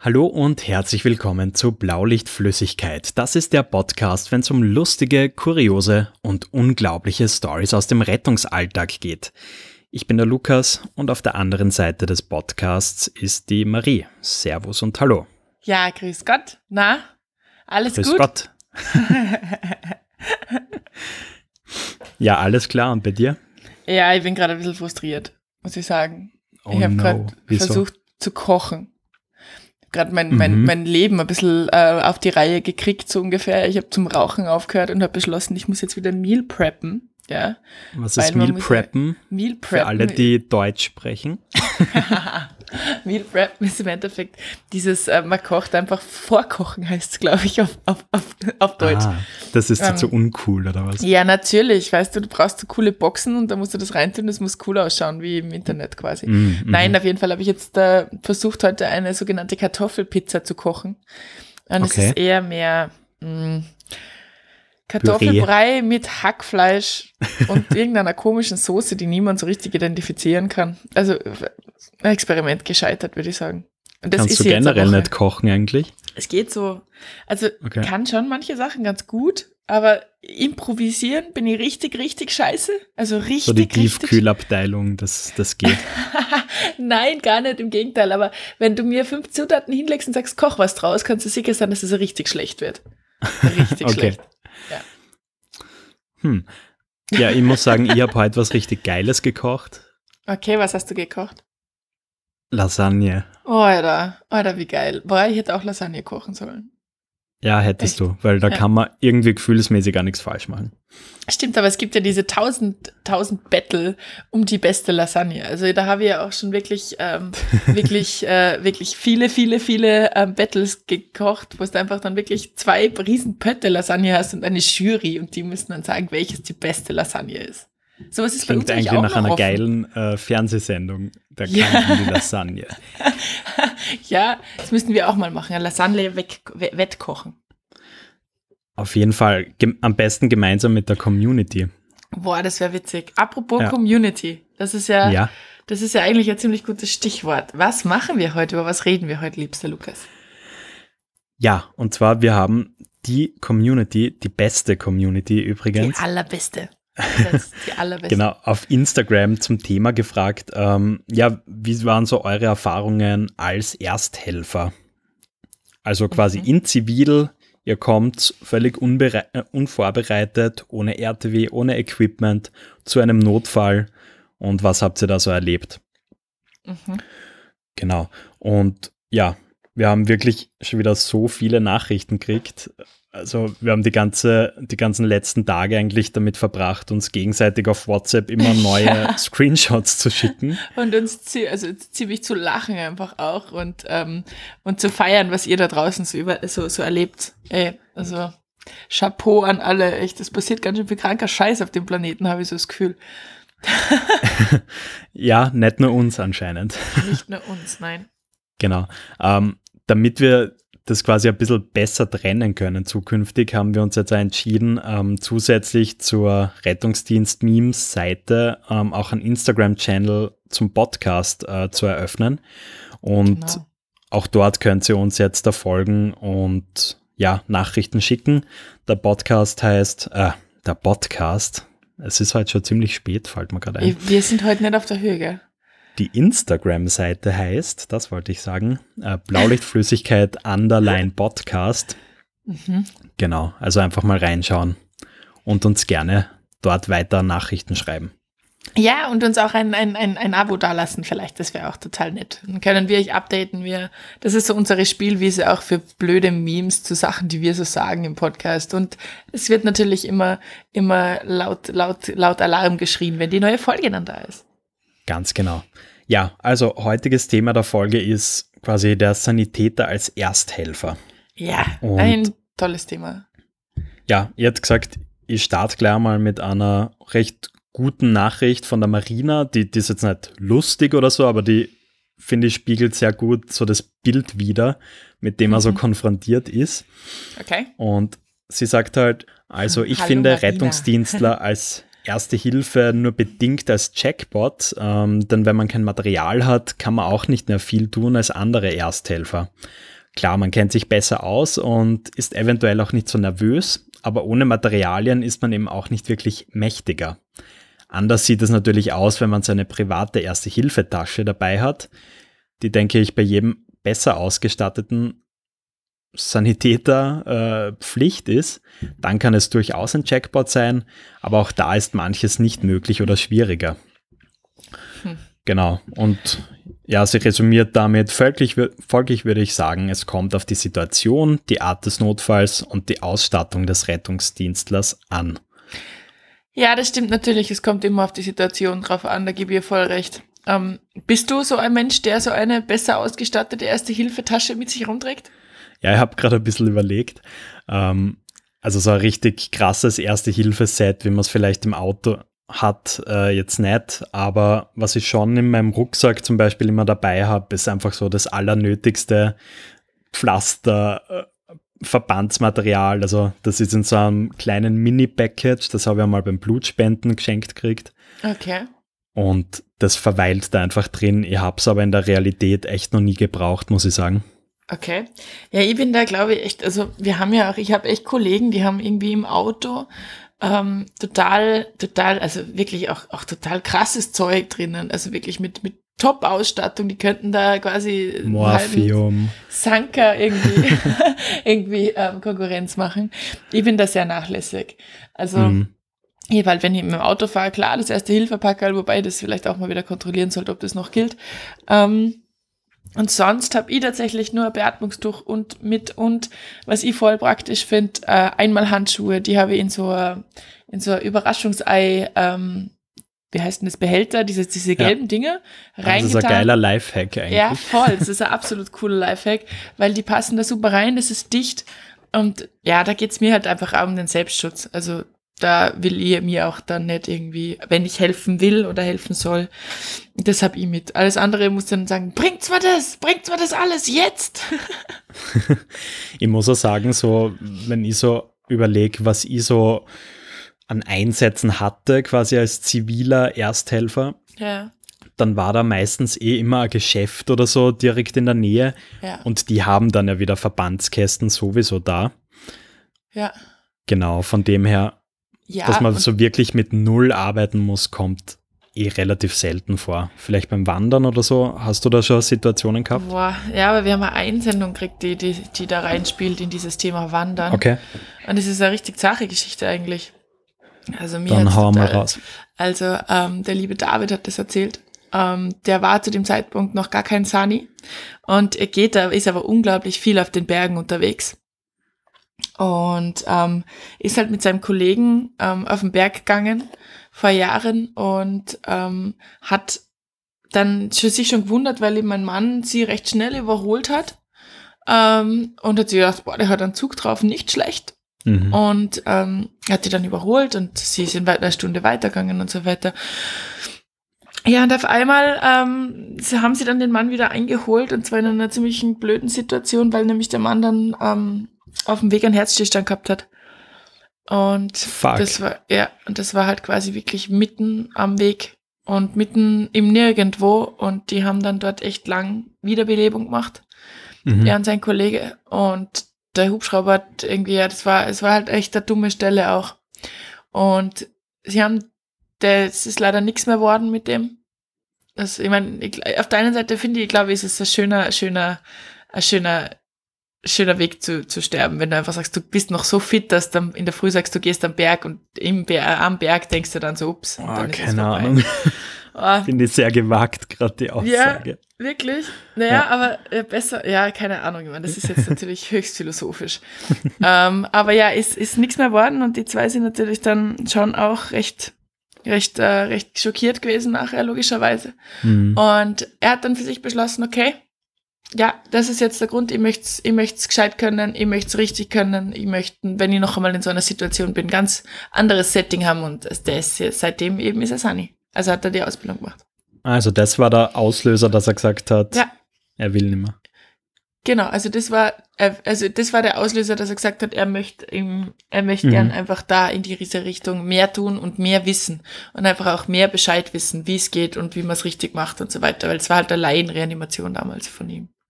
Hallo und herzlich willkommen zu Blaulichtflüssigkeit. Das ist der Podcast, wenn es um lustige, kuriose und unglaubliche Stories aus dem Rettungsalltag geht. Ich bin der Lukas und auf der anderen Seite des Podcasts ist die Marie. Servus und hallo. Ja, grüß Gott. Na, alles Grüß gut? Gott. Ja, alles klar. Und bei dir? Ja, ich bin gerade ein bisschen frustriert, muss ich sagen. Ich habe gerade versucht zu kochen. Gerade mein Leben ein bisschen auf die Reihe gekriegt, so ungefähr. Ich habe zum Rauchen aufgehört und habe beschlossen, ich muss jetzt wieder Meal preppen. Ja, was ist Meal preppen? Meal preppen? Für alle, die Deutsch sprechen. Meal preppen ist im Endeffekt dieses, man kocht einfach vorkochen, heißt es, glaube ich, auf Deutsch. Ah, das ist jetzt so uncool, oder was? Ja, natürlich. Weißt du brauchst so coole Boxen und da musst du das reintun, das muss cool ausschauen, wie im Internet quasi. Nein, auf jeden Fall habe ich jetzt versucht, heute eine sogenannte Kartoffelpizza zu kochen. Und es ist eher mehr Kartoffelbrei mit Hackfleisch und irgendeiner komischen Soße, die niemand so richtig identifizieren kann. Also ein Experiment gescheitert, würde ich sagen. Und das Kannst du generell nicht kochen eigentlich? Es geht so. Also kann schon manche Sachen ganz gut, aber improvisieren bin ich richtig scheiße. Also richtig. So die Tiefkühlabteilung, das geht. Nein, gar nicht, im Gegenteil. Aber wenn du mir 5 Zutaten hinlegst und sagst, koch was draus, kannst du sicher sein, dass es richtig schlecht wird. Richtig schlecht. Ja. Ja, ich muss sagen, ich habe heute was richtig Geiles gekocht. Okay, was hast du gekocht? Lasagne. Oh, Alter, wie geil. Boah, ich hätte auch Lasagne kochen sollen. Ja, hättest du, weil da kann man irgendwie gefühlsmäßig gar nichts falsch machen. Stimmt, aber es gibt ja diese 1000 Battle um die beste Lasagne. Also da habe ich ja auch schon wirklich viele Battles gekocht, wo du einfach dann wirklich 2 riesen Pötte Lasagne hast und eine Jury und die müssen dann sagen, welches die beste Lasagne ist. Sowas ist klingt eigentlich auch nach einer offen. Geilen Fernsehsendung, der Kampf um die Lasagne. Ja, das müssten wir auch mal machen, eine Lasagne wettkochen. Auf jeden Fall, am besten gemeinsam mit der Community. Boah, das wäre witzig. Apropos Community, das ist ja eigentlich ein ziemlich gutes Stichwort. Was machen wir heute, über was reden wir heute, liebster Lukas? Ja, und zwar, wir haben die Community, die beste Community übrigens. Die allerbeste. Die allerbeste. Genau, auf Instagram zum Thema gefragt, wie waren so eure Erfahrungen als Ersthelfer? Also quasi in Zivil, ihr kommt völlig unvorbereitet, ohne RTW, ohne Equipment zu einem Notfall und was habt ihr da so erlebt? Genau, und ja, wir haben wirklich schon wieder so viele Nachrichten gekriegt. Also wir haben die ganzen letzten Tage eigentlich damit verbracht, uns gegenseitig auf WhatsApp immer neue Screenshots zu schicken. Und uns ziemlich zu lachen einfach auch und zu feiern, was ihr da draußen so erlebt. Also Chapeau an alle, echt, es passiert ganz schön viel kranker Scheiß auf dem Planeten, habe ich so das Gefühl. Ja, nicht nur uns anscheinend. Nicht nur uns, nein. Genau. Damit wir das quasi ein bisschen besser trennen können zukünftig, haben wir uns jetzt entschieden, zusätzlich zur Rettungsdienst-Memes-Seite auch einen Instagram-Channel zum Podcast zu eröffnen. Und auch dort könnt ihr uns jetzt da folgen und Nachrichten schicken. Der Podcast heißt, es ist heute schon ziemlich spät, fällt mir gerade ein. Wir sind heute nicht auf der Höhe, gell? Die Instagram-Seite heißt, das wollte ich sagen, Blaulichtflüssigkeit _Podcast. Genau, also einfach mal reinschauen und uns gerne dort weiter Nachrichten schreiben. Ja, und uns auch ein Abo dalassen vielleicht, das wäre auch total nett. Dann können wir euch updaten. Das ist so unsere Spielwiese auch für blöde Memes zu Sachen, die wir so sagen im Podcast. Und es wird natürlich immer laut Alarm geschrien, wenn die neue Folge dann da ist. Ganz genau. Ja, also heutiges Thema der Folge ist quasi der Sanitäter als Ersthelfer. Ja, ein tolles Thema. Ja, ihr habt gesagt, ich starte gleich mal mit einer recht guten Nachricht von der Marina. Die ist jetzt nicht lustig oder so, aber die, finde ich, spiegelt sehr gut so das Bild wider, mit dem er so konfrontiert ist. Okay. Und sie sagt halt, also ich finde Marina. Rettungsdienstler als Erste Hilfe nur bedingt als Checkbot, denn wenn man kein Material hat, kann man auch nicht mehr viel tun als andere Ersthelfer. Klar, man kennt sich besser aus und ist eventuell auch nicht so nervös, aber ohne Materialien ist man eben auch nicht wirklich mächtiger. Anders sieht es natürlich aus, wenn man seine private Erste-Hilfe-Tasche dabei hat, die, denke ich, bei jedem besser ausgestatteten Sanitäter Pflicht ist. Dann kann es durchaus ein Jackpot sein, aber auch da ist manches nicht möglich oder schwieriger. Genau, und ja, sie resümiert damit, folglich würde ich sagen, es kommt auf die Situation, die Art des Notfalls und die Ausstattung des Rettungsdienstlers an. Ja, das stimmt natürlich, es kommt immer auf die Situation drauf an, da gebe ich ihr voll recht. Bist du so ein Mensch, der so eine besser ausgestattete Erste-Hilfe-Tasche mit sich rumträgt? Ja, ich habe gerade ein bisschen überlegt. Also so ein richtig krasses Erste-Hilfe-Set, wie man es vielleicht im Auto hat, jetzt nicht. Aber was ich schon in meinem Rucksack zum Beispiel immer dabei habe, ist einfach so das allernötigste Pflaster, Verbandsmaterial. Also das ist in so einem kleinen Mini-Package. Das habe ich einmal beim Blutspenden geschenkt gekriegt. Okay. Und das verweilt da einfach drin. Ich habe es aber in der Realität echt noch nie gebraucht, muss ich sagen. Okay. Ja, ich bin da, glaube ich, echt, also wir haben ja auch, ich habe echt Kollegen, die haben irgendwie im Auto total, also wirklich auch total krasses Zeug drinnen, also wirklich mit Top-Ausstattung, die könnten da quasi Morphium, Sanker irgendwie Konkurrenz machen. Ich bin da sehr nachlässig. Also weil wenn ich mit dem Auto fahre, klar, das Erste-Hilfe-Packerl, wobei ich das vielleicht auch mal wieder kontrollieren sollte, ob das noch gilt. Und sonst habe ich tatsächlich nur ein Beatmungstuch und was ich voll praktisch finde, einmal Handschuhe, die habe ich in so ein Überraschungsei, wie heißt denn das, Behälter, diese gelben Dinge reingetan. Das ist ein geiler Lifehack eigentlich. Ja, voll, das ist ein absolut cooler Lifehack, weil die passen da super rein, das ist dicht und ja, da geht's mir halt einfach auch um den Selbstschutz, also da will ich mir auch dann nicht irgendwie, wenn ich helfen will oder helfen soll, das hab ich mit. Alles andere muss dann sagen, bringt's mir das alles jetzt. Ich muss auch sagen, so, wenn ich so überlege, was ich so an Einsätzen hatte, quasi als ziviler Ersthelfer, Ja. dann war da meistens immer ein Geschäft oder so direkt in der Nähe. Ja. Und die haben dann ja wieder Verbandskästen sowieso da. Ja. Genau, von dem her, Ja, dass man so wirklich mit Null arbeiten muss, kommt relativ selten vor. Vielleicht beim Wandern oder so. Hast du da schon Situationen gehabt? Boah, ja, aber wir haben eine Einsendung gekriegt, die da reinspielt in dieses Thema Wandern. Okay. Und es ist eine richtig zache Geschichte eigentlich. Also mir Dann hauen wir raus. Also der liebe David hat das erzählt. Der war zu dem Zeitpunkt noch gar kein Sani. Und er ist aber unglaublich viel auf den Bergen unterwegs. Und ist halt mit seinem Kollegen auf den Berg gegangen vor Jahren und hat dann sich schon gewundert, weil eben mein Mann sie recht schnell überholt hat und hat sich gedacht, boah, der hat einen Zug drauf, nicht schlecht. Und hat die dann überholt und sie sind eine Stunde weitergegangen und so weiter. Ja, und auf einmal haben sie dann den Mann wieder eingeholt und zwar in einer ziemlich blöden Situation, weil nämlich der Mann dann auf dem Weg einen Herzstillstand gehabt hat. Und das war halt quasi wirklich mitten am Weg und mitten im Nirgendwo und die haben dann dort echt lang Wiederbelebung gemacht. Er und sein Kollege und der Hubschrauber hat irgendwie, ja, es war halt echt eine dumme Stelle auch. Und das ist leider nichts mehr geworden mit dem. Ich meine, auf der einen Seite glaube ich, ist es ein schöner Weg zu sterben, wenn du einfach sagst, du bist noch so fit, dass du in der Früh sagst, du gehst am Berg und am Berg denkst du dann so, ups. Dann keine Ahnung. Finde ich sehr gewagt, gerade die Aussage. Ja, wirklich? Naja, aber besser, ja, keine Ahnung, ich meine, das ist jetzt natürlich höchst philosophisch. Aber ja, ist nichts mehr geworden und die zwei sind natürlich dann schon auch recht schockiert gewesen nachher, logischerweise. Und er hat dann für sich beschlossen, okay, ja, das ist jetzt der Grund, ich möcht's gescheit können, ich möcht's richtig können, ich möchte, wenn ich noch einmal in so einer Situation bin, ganz anderes Setting haben und seitdem eben ist er Sani. Also hat er die Ausbildung gemacht. Also das war der Auslöser, dass er gesagt hat, er will nicht mehr. Genau, also das war der Auslöser, dass er gesagt hat, er möchte gern einfach da in diese Richtung mehr tun und mehr wissen und einfach auch mehr Bescheid wissen, wie es geht und wie man es richtig macht und so weiter, weil es war halt eine Laienreanimation damals von ihm.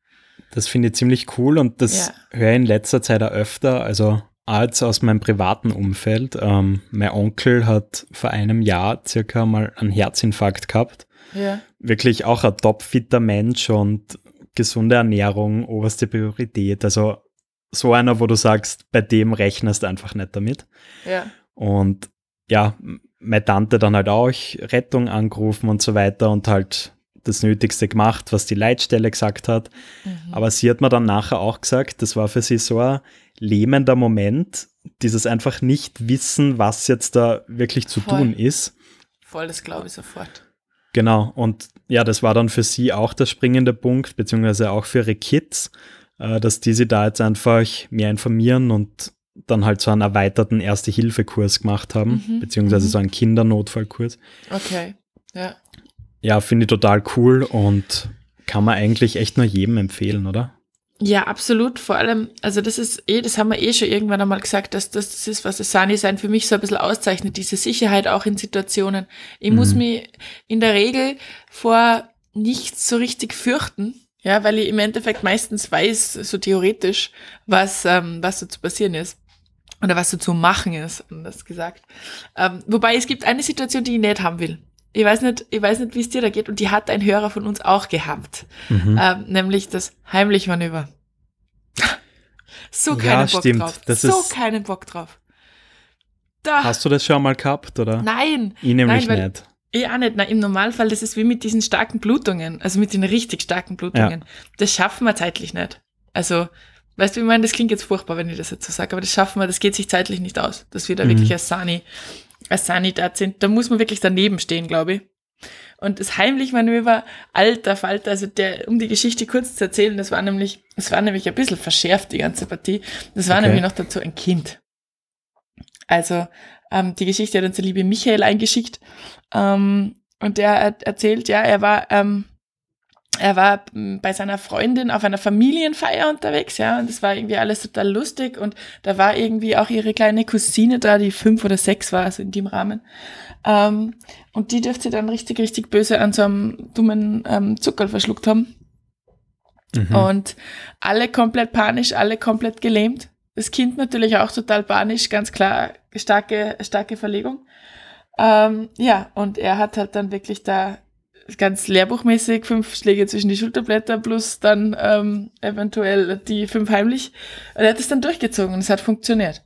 Das finde ich ziemlich cool und das höre ich in letzter Zeit auch öfter, also als aus meinem privaten Umfeld. Mein Onkel hat vor einem Jahr circa mal einen Herzinfarkt gehabt. Ja. Wirklich auch ein topfitter Mensch und gesunde Ernährung, oberste Priorität. Also so einer, wo du sagst, bei dem rechnest du einfach nicht damit. Ja. Und ja, meine Tante dann halt auch Rettung angerufen und so weiter und halt das Nötigste gemacht, was die Leitstelle gesagt hat. Aber sie hat mir dann nachher auch gesagt, das war für sie so ein lähmender Moment, dieses einfach nicht wissen, was jetzt da wirklich zu tun ist. Voll, das glaube ich sofort. Genau, und ja, das war dann für sie auch der springende Punkt, beziehungsweise auch für ihre Kids, dass die sich da jetzt einfach mehr informieren und dann halt so einen erweiterten Erste-Hilfe-Kurs gemacht haben, beziehungsweise so einen Kindernotfallkurs. Okay, ja. Ja, finde ich total cool und kann man eigentlich echt nur jedem empfehlen, oder? Ja, absolut. Vor allem, also das haben wir schon irgendwann einmal gesagt, dass das ist, was das Sani-Sein für mich so ein bisschen auszeichnet, diese Sicherheit auch in Situationen. Ich muss mich in der Regel vor nichts so richtig fürchten, ja, weil ich im Endeffekt meistens weiß, so theoretisch, was so zu passieren ist. Oder was so zu machen ist, anders gesagt. Wobei es gibt eine Situation, die ich nicht haben will. Ich weiß nicht, wie es dir da geht, und die hat ein Hörer von uns auch gehabt. Nämlich das Heimlich-Manöver. Keinen Bock drauf. Keinen Bock drauf. Hast du das schon mal gehabt, oder? Nein. Ich nämlich nicht. Ich auch nicht. Nein, im Normalfall, das ist wie mit diesen starken Blutungen, also mit den richtig starken Blutungen. Ja. Das schaffen wir zeitlich nicht. Also, weißt du, ich meine, das klingt jetzt furchtbar, wenn ich das jetzt so sage, aber das geht sich zeitlich nicht aus, dass wir da wirklich als Sani da sind. Da muss man wirklich daneben stehen, glaube ich. Und das Heimlich-Manöver, alter Falter, also um die Geschichte kurz zu erzählen, es war nämlich ein bisschen verschärft, die ganze Partie. Das war nämlich noch dazu ein Kind. Also, die Geschichte hat uns der liebe Michael eingeschickt, und der erzählt, ja, er war bei seiner Freundin auf einer Familienfeier unterwegs, ja, und das war irgendwie alles total lustig, und da war irgendwie auch ihre kleine Cousine da, die 5 oder 6 war, also in dem Rahmen, und die dürfte dann richtig, richtig böse an so einem dummen Zuckerl verschluckt haben. Und alle komplett panisch, alle komplett gelähmt. Das Kind natürlich auch total panisch, ganz klar, starke Verlegung. Ja, und er hat halt dann wirklich da ganz lehrbuchmäßig 5 Schläge zwischen die Schulterblätter plus dann eventuell die 5 heimlich. Und er hat es dann durchgezogen und es hat funktioniert.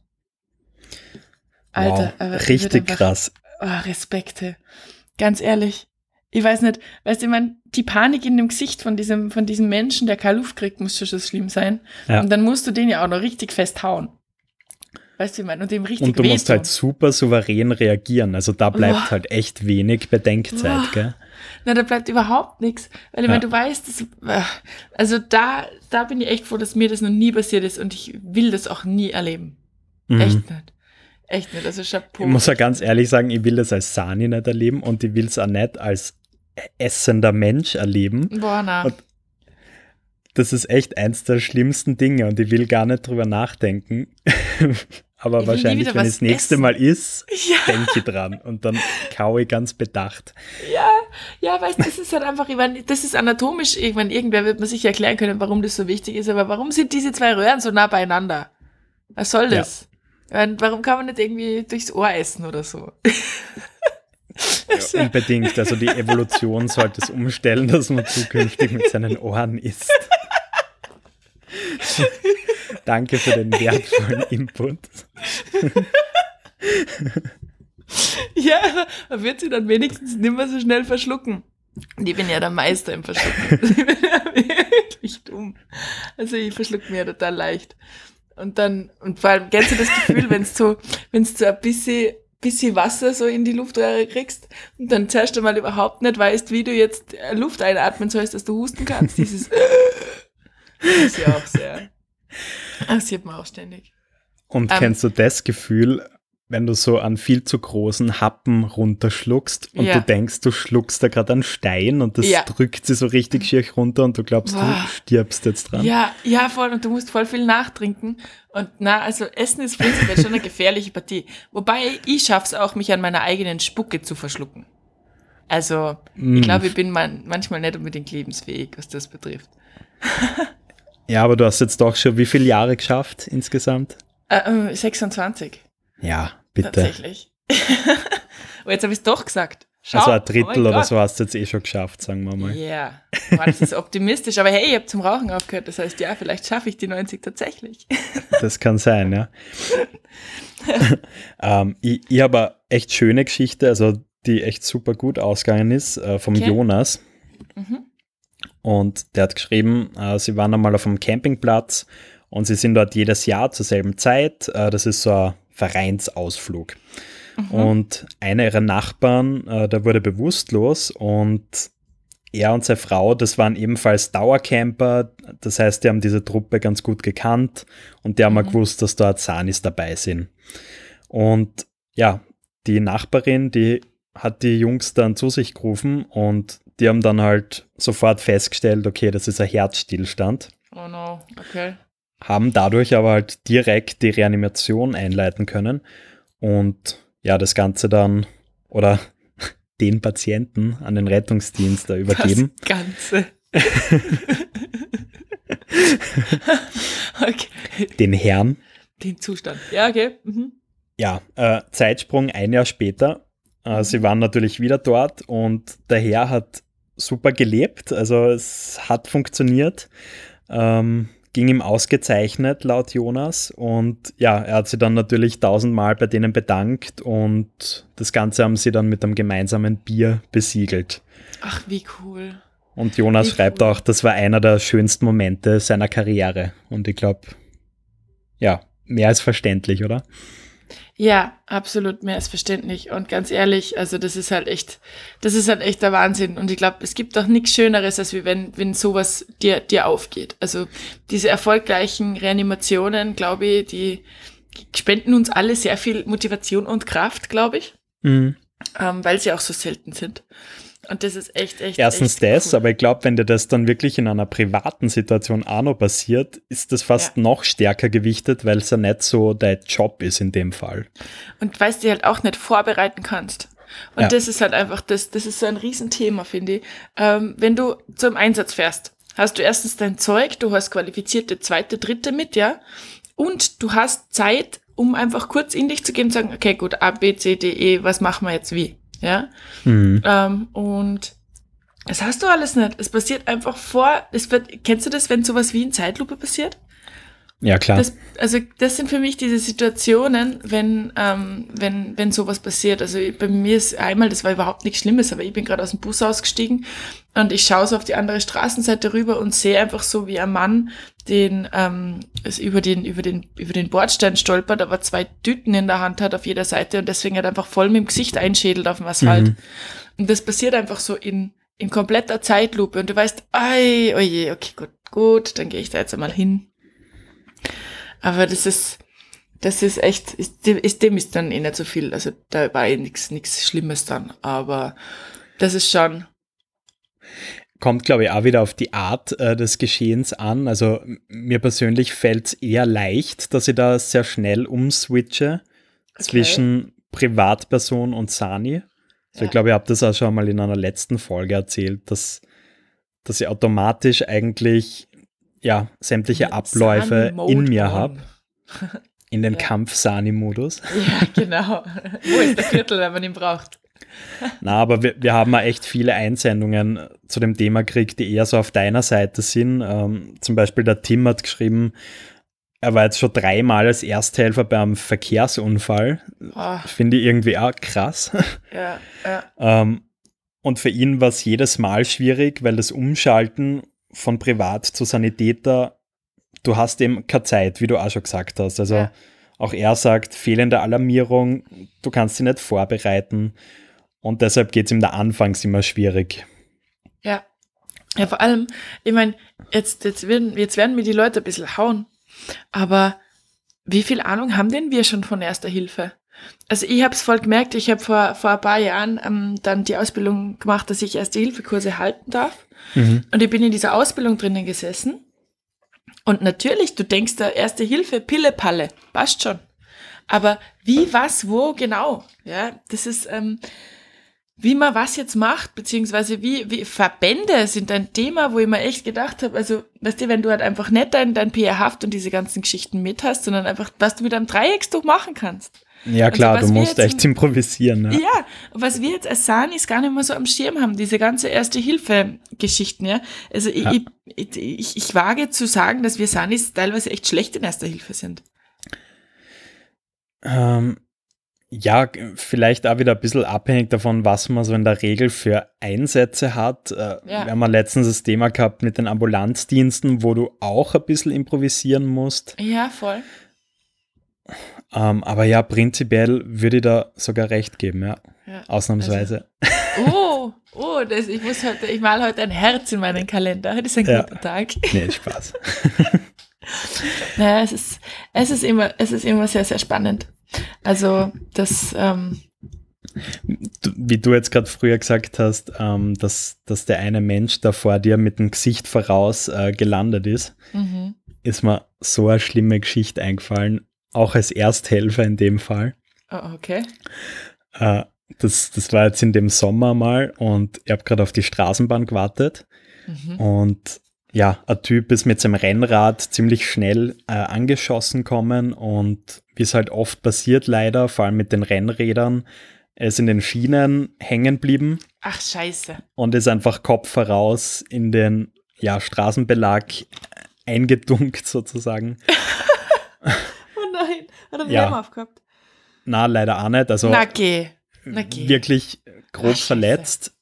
Alter, wow, richtig krass. Respekte. Ganz ehrlich. Ich weiß nicht, weißt du, ich meine, die Panik in dem Gesicht von diesem Menschen, der keine Luft kriegt, muss schon schlimm sein. Ja. Und dann musst du den ja auch noch richtig festhauen. Weißt du, ich meine, und dem richtig wehtun. Und du musst halt super souverän reagieren. Also da bleibt halt echt wenig Bedenkzeit, gell? Na, da bleibt überhaupt nichts. Weil ich meine, du weißt, also da bin ich echt froh, dass mir das noch nie passiert ist, und ich will das auch nie erleben. Echt nicht. Echt nicht, also Chapeau. Ich muss ja ganz ehrlich sagen, ich will das als Sani nicht erleben, und ich will es auch nicht als essender Mensch erleben. Boah, na. Und das ist echt eins der schlimmsten Dinge, und ich will gar nicht drüber nachdenken. Aber wahrscheinlich, wenn es das nächste Mal ist, denke ich dran, und dann kaue ich ganz bedacht. Ja, weißt du, das ist halt einfach, ich meine, das ist anatomisch, ich meine, irgendwer wird mir sicher erklären können, warum das so wichtig ist, aber warum sind diese 2 Röhren so nah beieinander? Was soll das? Ja. Warum kann man nicht irgendwie durchs Ohr essen oder so? Ja, unbedingt. Also die Evolution sollte es umstellen, dass man zukünftig mit seinen Ohren isst. Danke für den wertvollen Input. Ja, man wird sie dann wenigstens nicht mehr so schnell verschlucken. Und ich bin ja der Meister im Verschlucken. Ich bin ja wirklich dumm. Also ich verschluck mir ja total leicht. Und vor allem, kennst du das Gefühl, wenn du so ein bisschen Wasser so in die Luftröhre kriegst und dann zuerst einmal überhaupt nicht weißt, wie du jetzt Luft einatmen sollst, dass du husten kannst, dieses das ist ja auch sehr, das sieht man auch ständig. Und kennst du das Gefühl, wenn du so einen viel zu großen Happen runterschluckst und du denkst, du schluckst da gerade einen Stein und das drückt sie so richtig schier runter und du glaubst, du stirbst jetzt dran. Ja, voll, und du musst voll viel nachtrinken. Und also Essen ist prinzipiell schon eine gefährliche Partie. Wobei ich schaff's auch, mich an meiner eigenen Spucke zu verschlucken. Also ich glaube, ich bin manchmal nicht unbedingt lebensfähig, was das betrifft. Ja, aber du hast jetzt doch schon wie viele Jahre geschafft insgesamt? 26. Ja, bitte. Tatsächlich. Aber jetzt habe ich es doch gesagt. Schau, Also ein Drittel oh oder Gott. so hast du jetzt eh schon geschafft, sagen wir mal. Ja, yeah. Das ist optimistisch. Aber hey, ich habe zum Rauchen aufgehört. Das heißt, ja, vielleicht schaffe ich die 90 tatsächlich. Das kann sein, ja. Ich habe eine echt schöne Geschichte, also die echt super gut ausgegangen ist, vom Jonas. Mhm. Und der hat geschrieben, sie waren einmal auf einem Campingplatz und sie sind dort jedes Jahr zur selben Zeit. Das ist so ein Vereinsausflug. Und einer ihrer Nachbarn, der wurde bewusstlos und er und seine Frau, das waren ebenfalls Dauercamper. Das heißt, die haben diese Truppe ganz gut gekannt und die haben auch gewusst, dass dort Sanis dabei sind. Und ja, die Nachbarin, die hat die Jungs dann zu sich gerufen und die haben dann halt sofort festgestellt, okay, das ist ein Herzstillstand. Oh no, okay. Haben dadurch aber halt direkt die Reanimation einleiten können und ja, das Ganze dann oder den Patienten an den Rettungsdienst da übergeben. Das Ganze. Okay. Den Herrn. Den Zustand. Ja, okay. Mhm. Ja, Zeitsprung ein Jahr später. Sie waren natürlich wieder dort und der Herr hat super gelebt, also es hat funktioniert. Ging ihm ausgezeichnet, laut Jonas. Und ja, er hat sich dann natürlich 1000-mal bei denen bedankt und das Ganze haben sie dann mit einem gemeinsamen Bier besiegelt. Ach, wie cool. Und Jonas Wie schreibt cool. auch, das war einer der schönsten Momente seiner Karriere. Und ich glaube, ja, mehr als verständlich, oder? Ja, absolut, mehr als verständlich. Und ganz ehrlich, also das ist halt echt der Wahnsinn. Und ich glaube, es gibt auch nichts Schöneres, als wenn sowas dir aufgeht. Also diese erfolgreichen Reanimationen, glaube ich, die spenden uns alle sehr viel Motivation und Kraft, glaube ich, weil sie auch so selten sind. Und das ist echt Erstens echt das, cool. aber ich glaube, wenn dir das dann wirklich in einer privaten Situation auch noch passiert, ist das fast noch stärker gewichtet, weil es ja nicht so dein Job ist in dem Fall. Und weil du dich halt auch nicht vorbereiten kannst. Und das ist halt einfach, das ist so ein Riesenthema, finde ich. Wenn du zum Einsatz fährst, hast du erstens dein Zeug, du hast qualifizierte zweite, dritte mit, ja, und du hast Zeit, um einfach kurz in dich zu gehen und sagen, okay, gut, A, B, C, D, E, was machen wir jetzt wie, ja. Und das hast du alles nicht. Es passiert einfach kennst du das, wenn sowas wie in Zeitlupe passiert? Ja, klar. Das sind für mich diese Situationen, wenn sowas passiert. Also bei mir ist einmal, das war überhaupt nichts Schlimmes, aber ich bin gerade aus dem Bus ausgestiegen und ich schaue so auf die andere Straßenseite rüber und sehe einfach so, wie ein Mann über den Bordstein stolpert, aber 2 Tüten in der Hand hat auf jeder Seite und deswegen halt einfach voll mit dem Gesicht einschädelt auf dem Asphalt. Und das passiert einfach so in kompletter Zeitlupe und du weißt, ei, oje, okay, gut, dann gehe ich da jetzt einmal hin. Aber das ist echt, dem ist dann eh nicht so viel. Also da war eh nichts Schlimmes dann. Aber das ist schon. Kommt, glaube ich, auch wieder auf die Art des Geschehens an. Also mir persönlich fällt es eher leicht, dass ich da sehr schnell umswitche zwischen Privatperson und Sani. Also ich glaube, ich habe das auch schon mal in einer letzten Folge erzählt, dass ich automatisch eigentlich sämtliche Abläufe in mir habe. In den Kampf-Sani-Modus. Ja, genau. Wo ist der Viertel, wenn man ihn braucht? Na, aber wir haben ja echt viele Einsendungen zu dem Thema gekriegt, die eher so auf deiner Seite sind. Zum Beispiel der Tim hat geschrieben, er war jetzt schon 3-mal als Ersthelfer beim Verkehrsunfall. Finde ich irgendwie auch krass. Ja. Und für ihn war es jedes Mal schwierig, weil das Umschalten von Privat zu Sanitäter, du hast eben keine Zeit, wie du auch schon gesagt hast. Also auch er sagt, fehlende Alarmierung, du kannst sie nicht vorbereiten und deshalb geht es ihm da anfangs immer schwierig. Ja, vor allem, ich meine, jetzt werden mir die Leute ein bisschen hauen, aber wie viel Ahnung haben denn wir schon von Erster Hilfe? Also ich habe es voll gemerkt, ich habe vor ein paar Jahren dann die Ausbildung gemacht, dass ich Erste-Hilfe-Kurse halten darf. Und ich bin in dieser Ausbildung drinnen gesessen. Und natürlich, du denkst da, Erste Hilfe, Pille, Palle, passt schon. Aber wie, was, wo, genau? Ja, das ist, wie man was jetzt macht, beziehungsweise wie Verbände sind ein Thema, wo ich mir echt gedacht habe, also, weißt du, wenn du halt einfach nicht dein PR-Haft und diese ganzen Geschichten mit hast, sondern einfach, was du mit einem Dreieckstuch machen kannst. Ja klar, also, du musst echt improvisieren. Ne? Ja, was wir jetzt als Sanis gar nicht mehr so am Schirm haben, diese ganze Erste-Hilfe-Geschichten, ja. Also ich wage zu sagen, dass wir Sanis teilweise echt schlecht in Erster Hilfe sind. Ja, vielleicht auch wieder ein bisschen abhängig davon, was man so in der Regel für Einsätze hat. Wir haben letztens das Thema gehabt mit den Ambulanzdiensten, wo du auch ein bisschen improvisieren musst. Ja, voll. Aber ja, prinzipiell würde ich da sogar recht geben, ja. Ausnahmsweise. Also, ich male heute ein Herz in meinen Kalender. Heute ist ein guter Tag. Nee, Spaß. Naja, es ist immer sehr, sehr spannend. Also, wie du jetzt gerade früher gesagt hast, dass der eine Mensch da vor dir mit dem Gesicht voraus gelandet ist, ist mir so eine schlimme Geschichte eingefallen, auch als Ersthelfer in dem Fall. Oh, okay. Das war jetzt in dem Sommer mal und ich habe gerade auf die Straßenbahn gewartet und ja, ein Typ ist mit seinem Rennrad ziemlich schnell angeschossen kommen und wie es halt oft passiert leider, vor allem mit den Rennrädern, er ist in den Schienen hängen geblieben. Ach, scheiße. Und ist einfach Kopf voraus in den Straßenbelag eingedunkt sozusagen. Oh nein, hat er einen Helm aufgehabt? Na, leider auch nicht. Also Na geh. Wirklich grob verletzt.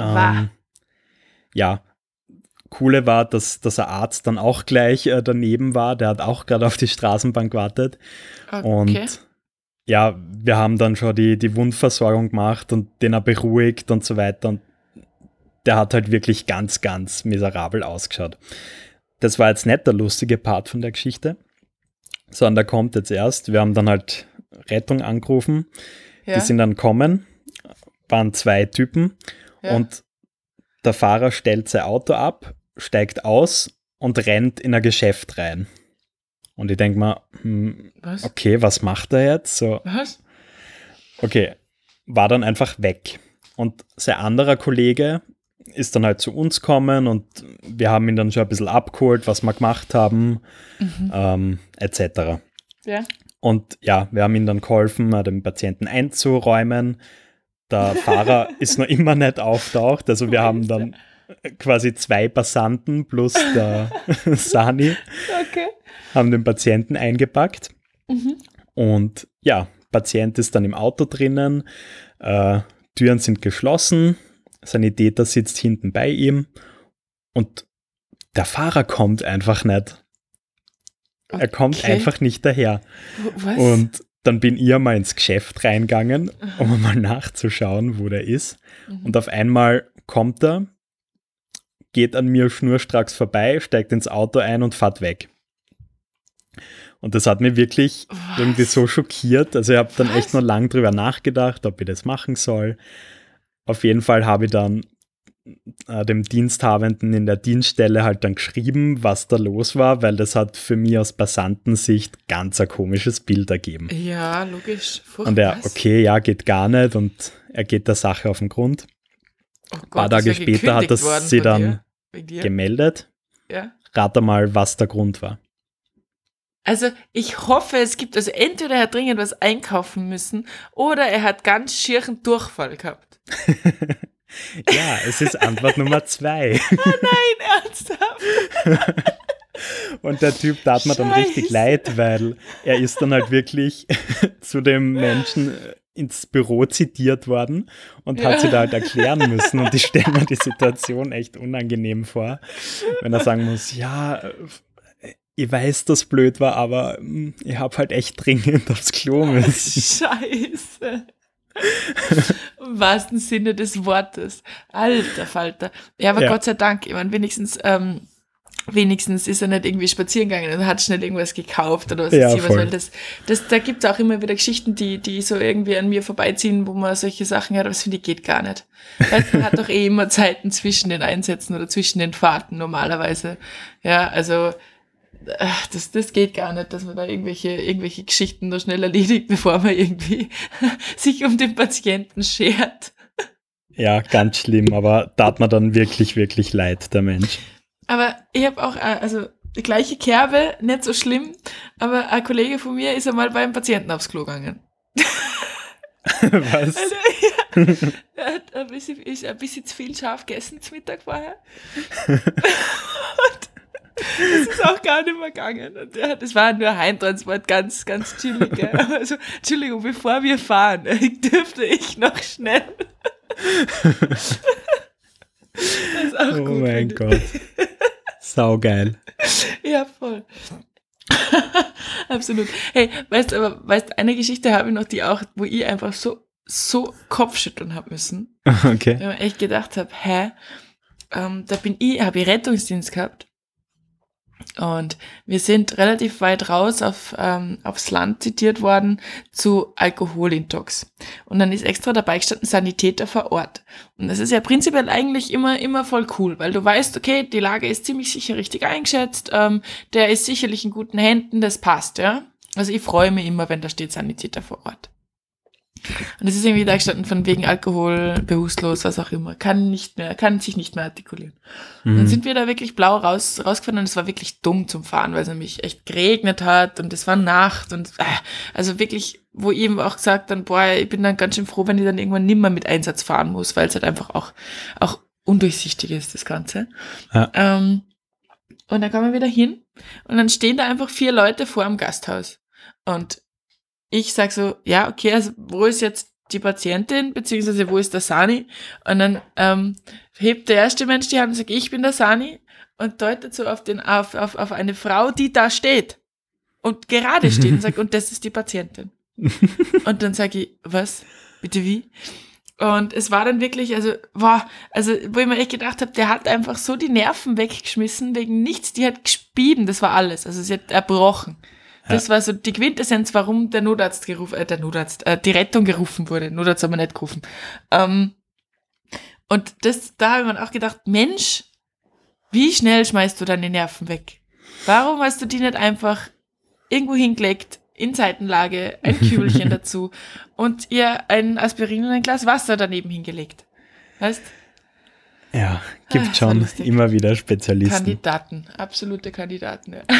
Ja, Coole war, dass der Arzt dann auch gleich daneben war. Der hat auch gerade auf die Straßenbahn gewartet. Okay. Und ja, wir haben dann schon die Wundversorgung gemacht und den er beruhigt und so weiter. Und der hat halt wirklich ganz, ganz miserabel ausgeschaut. Das war jetzt nicht der lustige Part von der Geschichte, sondern der kommt jetzt erst. Wir haben dann halt Rettung angerufen. Ja. Die sind dann gekommen, waren 2 Typen und der Fahrer stellt sein Auto ab, steigt aus und rennt in ein Geschäft rein. Und ich denke mal, okay, was macht er jetzt? So, was? Okay, war dann einfach weg. Und sein anderer Kollege ist dann halt zu uns gekommen und wir haben ihn dann schon ein bisschen abgeholt, was wir gemacht haben, etc. Ja. Und ja, wir haben ihm dann geholfen, den Patienten einzuräumen. Der Fahrer ist noch immer nicht auftaucht. Also wir haben dann quasi 2 Passanten plus der Sani haben den Patienten eingepackt. Und ja, Patient ist dann im Auto drinnen. Türen sind geschlossen. Sanitäter sitzt hinten bei ihm. Und der Fahrer kommt einfach nicht. Er kommt einfach nicht daher. Was? Und dann bin ich mal ins Geschäft reingegangen, um mal nachzuschauen, wo der ist. Und auf einmal kommt er, geht an mir schnurstracks vorbei, steigt ins Auto ein und fährt weg. Und das hat mich wirklich irgendwie so schockiert. Also ich habe dann echt noch lang drüber nachgedacht, ob ich das machen soll. Auf jeden Fall habe ich dann dem Diensthabenden in der Dienststelle halt dann geschrieben, was da los war, weil das hat für mich aus Passantensicht ganz ein komisches Bild ergeben. Ja, logisch. Und er, okay, ja, geht gar nicht und er geht der Sache auf den Grund. Ein paar Tage später hat er sie dann gemeldet. Ja. Rate mal, was der Grund war. Also ich hoffe, es gibt, also entweder er hat dringend was einkaufen müssen oder er hat ganz schieren Durchfall gehabt. Ja, es ist Antwort Nummer 2. Oh nein, ernsthaft? Und der Typ tat mir dann richtig leid, weil er ist dann halt wirklich zu dem Menschen ins Büro zitiert worden und hat sie da halt erklären müssen. Und ich stelle mir die Situation echt unangenehm vor, wenn er sagen muss, ja, ich weiß, dass blöd war, aber ich habe halt echt dringend aufs Klo müssen. Scheiße. Im wahrsten Sinne des Wortes. Alter Falter. Ja, aber Gott sei Dank, ich meine, wenigstens ist er nicht irgendwie spazieren gegangen und hat schnell irgendwas gekauft oder was weiß ich was, weil da gibt es auch immer wieder Geschichten, die so irgendwie an mir vorbeiziehen, wo man solche Sachen hört, aber das finde ich geht gar nicht. Weißt, man hat doch immer Zeiten zwischen den Einsätzen oder zwischen den Fahrten normalerweise. Ja, also das geht gar nicht, dass man da irgendwelche Geschichten noch schnell erledigt, bevor man irgendwie sich um den Patienten schert. Ja, ganz schlimm, aber tat mir dann wirklich, wirklich leid, der Mensch. Aber ich habe auch, also die gleiche Kerbe, nicht so schlimm, aber ein Kollege von mir ist einmal beim Patienten aufs Klo gegangen. Was? Also, ja, er hat ein bisschen zu viel scharf gegessen zum Mittag vorher. Und das ist auch gar nicht mehr gegangen. Und das war nur ein Heimtransport, ganz, ganz chillig. Gell? Also, Entschuldigung, bevor wir fahren, dürfte ich noch schnell. Das ist auch Oh gut. mein Gott. Saugeil. Ja, voll. Absolut. Hey, weißt du, eine Geschichte habe ich noch, wo ich einfach so Kopfschütteln habe müssen. Okay. Wenn ich echt gedacht habe, habe ich Rettungsdienst gehabt. Und wir sind relativ weit raus aufs Land zitiert worden zu Alkoholintox. Und dann ist extra dabei gestanden, Sanitäter vor Ort. Und das ist ja prinzipiell eigentlich immer voll cool, weil du weißt, okay, die Lage ist ziemlich sicher richtig eingeschätzt, der ist sicherlich in guten Händen, das passt, ja. Also ich freue mich immer, wenn da steht Sanitäter vor Ort. Und es ist irgendwie da gestanden von wegen Alkohol, bewusstlos, was auch immer, kann sich nicht mehr artikulieren. Und dann sind wir da wirklich blau rausgefahren und es war wirklich dumm zum Fahren, weil es nämlich echt geregnet hat und es war Nacht und also wirklich, wo ich eben auch gesagt dann, ich bin dann ganz schön froh, wenn ich dann irgendwann nimmer mit Einsatz fahren muss, weil es halt einfach auch undurchsichtig ist, das Ganze. Ja. Und dann kommen wir wieder hin und dann stehen da einfach 4 Leute vor dem Gasthaus und ich sag so, ja, okay, also wo ist jetzt die Patientin, beziehungsweise wo ist der Sani? Und dann hebt der erste Mensch die Hand und sagt, ich bin der Sani und deutet so auf eine Frau, die da steht und gerade steht und sagt, und das ist die Patientin. Und dann sage ich, was? Bitte wie? Und es war dann wirklich, wo ich mir echt gedacht habe, der hat einfach so die Nerven weggeschmissen wegen nichts, die hat gespieden, das war alles, also sie hat erbrochen. Das war so die Quintessenz, warum die Rettung gerufen wurde. Notarzt haben wir nicht gerufen. Und da habe ich mir auch gedacht, Mensch, wie schnell schmeißt du deine Nerven weg? Warum hast du die nicht einfach irgendwo hingelegt, in Seitenlage, ein Kübelchen dazu und ihr ein Aspirin und ein Glas Wasser daneben hingelegt? Weißt? Ja, gibt schon immer wieder Spezialisten. Kandidaten, absolute Kandidaten, ja.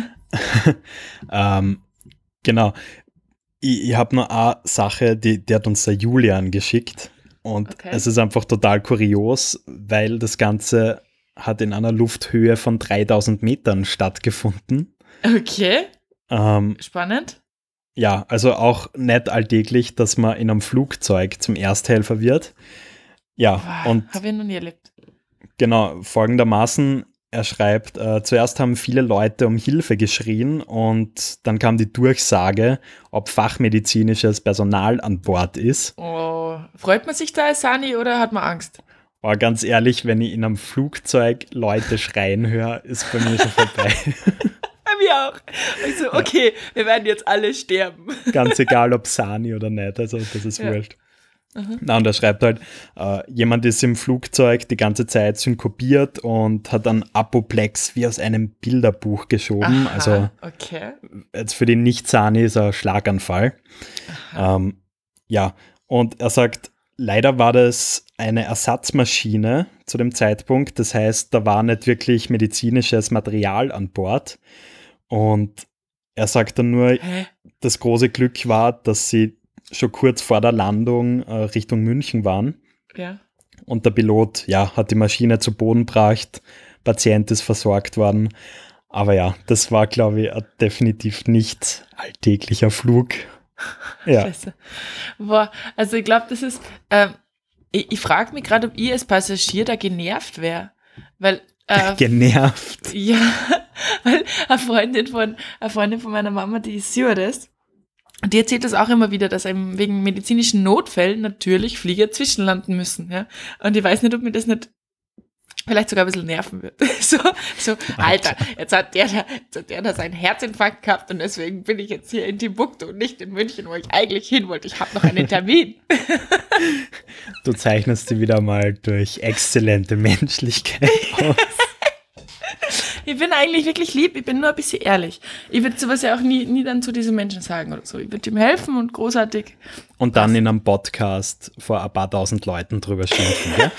Genau. Ich habe noch eine Sache, die hat uns der Julian geschickt. Und Es ist einfach total kurios, weil das Ganze hat in einer Lufthöhe von 3000 Metern stattgefunden. Okay. Spannend. Ja, also auch nicht alltäglich, dass man in einem Flugzeug zum Ersthelfer wird. Ja, wow, und habe ich noch nie erlebt. Genau, folgendermaßen, er schreibt, zuerst haben viele Leute um Hilfe geschrien und dann kam die Durchsage, ob fachmedizinisches Personal an Bord ist. Oh, freut man sich da als Sani oder hat man Angst? Aber ganz ehrlich, wenn ich in einem Flugzeug Leute schreien höre, ist bei mir schon vorbei. Bei mir auch. Also, okay, wir werden jetzt alle sterben. Ganz egal, ob Sani oder nicht, also das ist wurscht. Na, und er schreibt halt, jemand ist im Flugzeug die ganze Zeit synkopiert und hat einen Apoplex wie aus einem Bilderbuch geschoben. Aha, also okay. Jetzt für den Nicht-Sani ist ein Schlaganfall. Ja, und er sagt, leider war das eine Ersatzmaschine zu dem Zeitpunkt. Das heißt, da war nicht wirklich medizinisches Material an Bord. Und er sagt dann nur, das große Glück war, dass sie schon kurz vor der Landung Richtung München waren. Ja. Und der Pilot, hat die Maschine zu Boden gebracht, Patient ist versorgt worden. Aber ja, das war, glaube ich, ein definitiv nicht alltäglicher Flug. Ja. Scheiße. Boah, also ich glaube, das ist, ich frage mich gerade, ob ich als Passagier da genervt wäre. Weil genervt? Ja, weil eine Freundin von meiner Mama, die ist Stewardess, und die erzählt das auch immer wieder, dass einem wegen medizinischen Notfällen natürlich Flieger zwischenlanden müssen. Ja? Und ich weiß nicht, ob mir das nicht vielleicht sogar ein bisschen nerven wird. so, Alter, jetzt hat der da seinen Herzinfarkt gehabt und deswegen bin ich jetzt hier in Timbuktu und nicht in München, wo ich eigentlich hin wollte. Ich habe noch einen Termin. Du zeichnest sie wieder mal durch exzellente Menschlichkeit aus. Ich bin eigentlich wirklich lieb, ich bin nur ein bisschen ehrlich. Ich würde sowas ja auch nie dann zu diesen Menschen sagen oder so. Ich würde ihm helfen und großartig. Und dann in einem Podcast vor ein paar tausend Leuten drüber schimpfen, gell?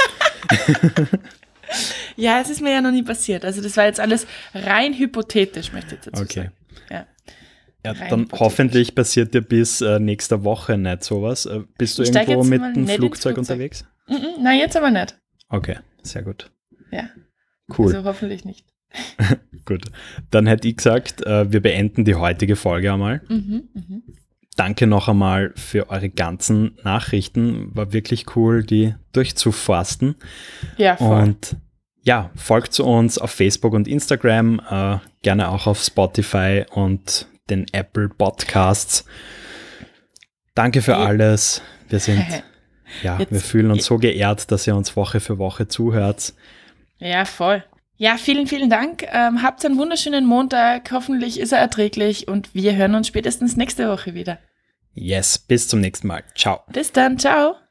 Ja, es ist mir ja noch nie passiert. Also das war jetzt alles rein hypothetisch, möchte ich jetzt dazu sagen. Ja, dann hoffentlich passiert dir bis nächste Woche nicht sowas. Bist du irgendwo mit dem Flugzeug unterwegs? Nein, jetzt aber nicht. Okay, sehr gut. Ja. Cool. Also hoffentlich nicht. Gut. Dann hätte ich gesagt, wir beenden die heutige Folge einmal. Danke noch einmal für eure ganzen Nachrichten. War wirklich cool, die durchzuforsten. Ja, voll. Und ja, folgt zu uns auf Facebook und Instagram, gerne auch auf Spotify und den Apple Podcasts. Danke für alles. Wir fühlen uns so geehrt, dass ihr uns Woche für Woche zuhört. Ja, voll. Ja, vielen, vielen Dank. Habt einen wunderschönen Montag. Hoffentlich ist er erträglich und wir hören uns spätestens nächste Woche wieder. Yes, bis zum nächsten Mal. Ciao. Bis dann. Ciao.